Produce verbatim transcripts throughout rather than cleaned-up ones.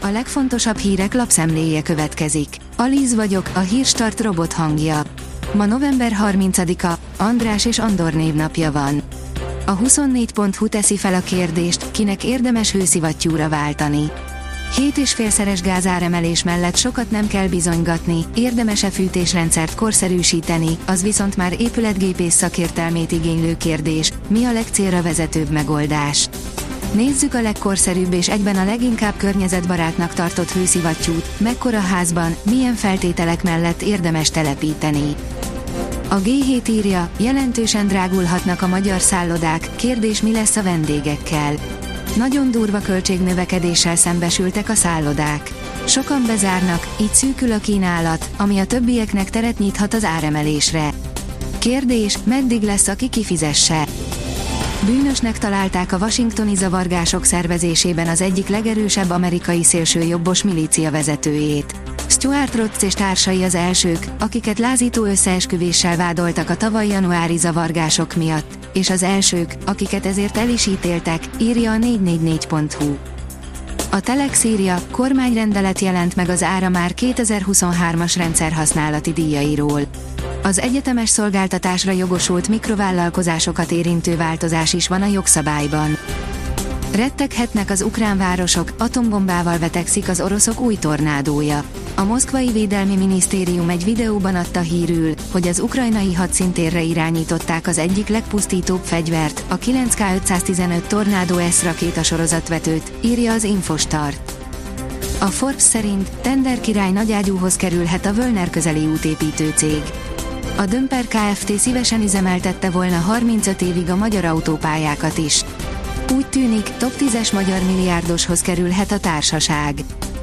A legfontosabb hírek lapszemléje következik. Alíz vagyok, a Hírstart robot hangja. Ma november harmincadika, András és Andor névnapja van. A huszonnégy pont hu teszi fel a kérdést, kinek érdemes hőszivattyúra váltani. Hét és félszeres gázáremelés mellett sokat nem kell bizonygatni, érdemes-e fűtésrendszert korszerűsíteni, az viszont már épületgépész szakértelmét igénylő kérdés, mi a legcélra vezetőbb megoldás. Nézzük a legkorszerűbb és egyben a leginkább környezetbarátnak tartott hőszivattyút, mekkora házban, milyen feltételek mellett érdemes telepíteni. A gé hét írja, jelentősen drágulhatnak a magyar szállodák, kérdés mi lesz a vendégekkel. Nagyon durva költségnövekedéssel szembesültek a szállodák. Sokan bezárnak, így szűkül a kínálat, ami a többieknek teret nyithat az áremelésre. Kérdés, meddig lesz, aki kifizesse? Bűnösnek találták a washingtoni zavargások szervezésében az egyik legerősebb amerikai szélsőjobbos milícia vezetőjét. Stuart Rhodes és társai az elsők, akiket lázító összeesküvéssel vádoltak a tavaly januári zavargások miatt, és az elsők, akiket ezért el is ítéltek, írja a négy négy négy pont hu. A Telex írja, kormányrendelet jelent meg az áramár kétezer-huszonhármas rendszerhasználati díjairól. Az egyetemes szolgáltatásra jogosult mikrovállalkozásokat érintő változás is van a jogszabályban. Retteghetnek az ukrán városok, atombombával vetekszik az oroszok új tornádója. A moszkvai védelmi minisztérium egy videóban adta hírül, hogy az ukrajnai hadszíntérre irányították az egyik legpusztítóbb fegyvert, a kilenc ká ötszáztizenöt Tornado S rakétasorozatvetőt, írja az Infostart. A Forbes szerint tender király nagyágyúhoz kerülhet a Völner közeli útépítő cég. A Dömper Kft. Szívesen üzemeltette volna harmincöt évig a magyar autópályákat is. Úgy tűnik, top tízes magyar milliárdoshoz kerülhet a társaság.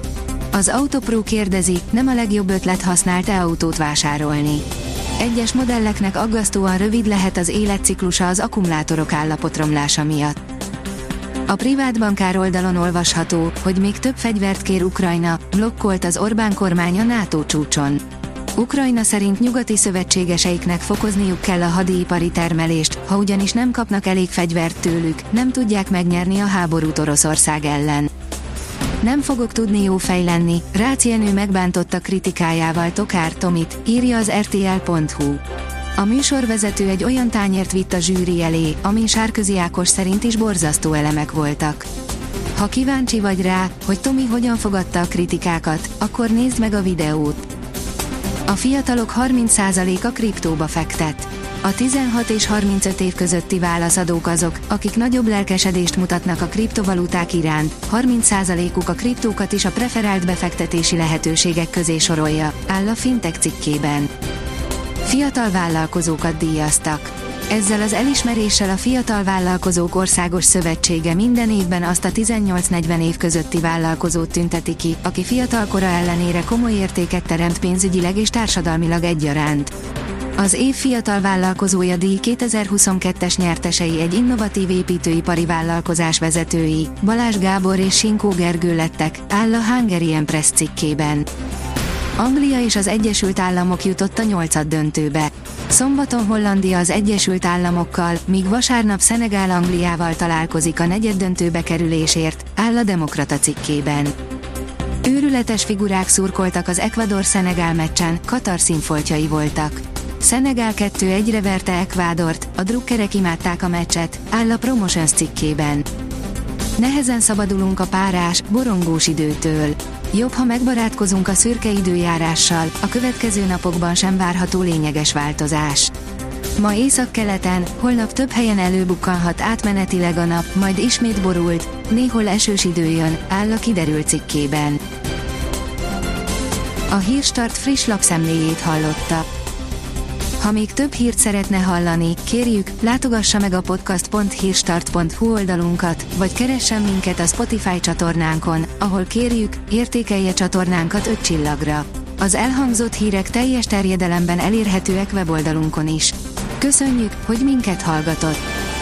Az Autopro kérdezi, nem a legjobb ötlet használt-e autót vásárolni. Egyes modelleknek aggasztóan rövid lehet az életciklusa az akkumulátorok állapotromlása miatt. A privát bankár oldalon olvasható, hogy még több fegyvert kér Ukrajna, blokkolt az Orbán kormány a NATO csúcson. Ukrajna szerint nyugati szövetségeseiknek fokozniuk kell a hadipari termelést, ha ugyanis nem kapnak elég fegyvert tőlük, nem tudják megnyerni a háborút Oroszország ellen. Nem fogok tudni jó fej lenni, Rácz Jenő megbántotta kritikájával Tokár Tomit, írja az er té el pont hu. A műsorvezető egy olyan tányért vitt a zsűri elé, amin Sárközi Ákos szerint is borzasztó elemek voltak. Ha kíváncsi vagy rá, hogy Tomi hogyan fogadta a kritikákat, akkor nézd meg a videót. A fiatalok harminc százaléka kriptóba fektet. A tizenhat és harmincöt év közötti válaszadók azok, akik nagyobb lelkesedést mutatnak a kriptovaluták iránt, harminc százalékuk a kriptókat is a preferált befektetési lehetőségek közé sorolja, áll a Fintech cikkében. Fiatal vállalkozókat díjaztak. Ezzel az elismeréssel a Fiatal Vállalkozók Országos Szövetsége minden évben azt a tizennyolc-negyven év közötti vállalkozót tünteti ki, aki fiatalkora ellenére komoly értéket teremt pénzügyileg és társadalmilag egyaránt. Az év fiatal vállalkozója díj kétezer-huszonkettes nyertesei egy innovatív építőipari vállalkozás vezetői, Balázs Gábor és Sinkó Gergő lettek, áll a Hungarian Press cikkében. Anglia és az Egyesült Államok jutott a nyolcaddöntőbe. Szombaton Hollandia az Egyesült Államokkal, míg vasárnap Szenegál Angliával találkozik a negyeddöntőbe kerülésért, áll a Demokrata cikkében. Őrületes figurák szurkoltak az Ecuador-Szenegál meccsen, Katar színfoltjai voltak. Szenegál kettő egyre verte Ecuadort, a drukkerek imádták a meccset, áll a Promotions cikkében. Nehezen szabadulunk a párás, borongós időtől. Jobb, ha megbarátkozunk a szürke időjárással, a következő napokban sem várható lényeges változás. Ma északkeleten, holnap több helyen előbukkanhat átmenetileg a nap, majd ismét borult, néhol esős idő jön, áll a Kiderült cikkében. A Hírstart friss lapszemléjét hallotta. Ha még több hírt szeretne hallani, kérjük, látogassa meg a podcast pont hírstart pont hu oldalunkat, vagy keressen minket a Spotify csatornánkon, ahol kérjük, értékelje csatornánkat öt csillagra. Az elhangzott hírek teljes terjedelemben elérhetőek weboldalunkon is. Köszönjük, hogy minket hallgatott!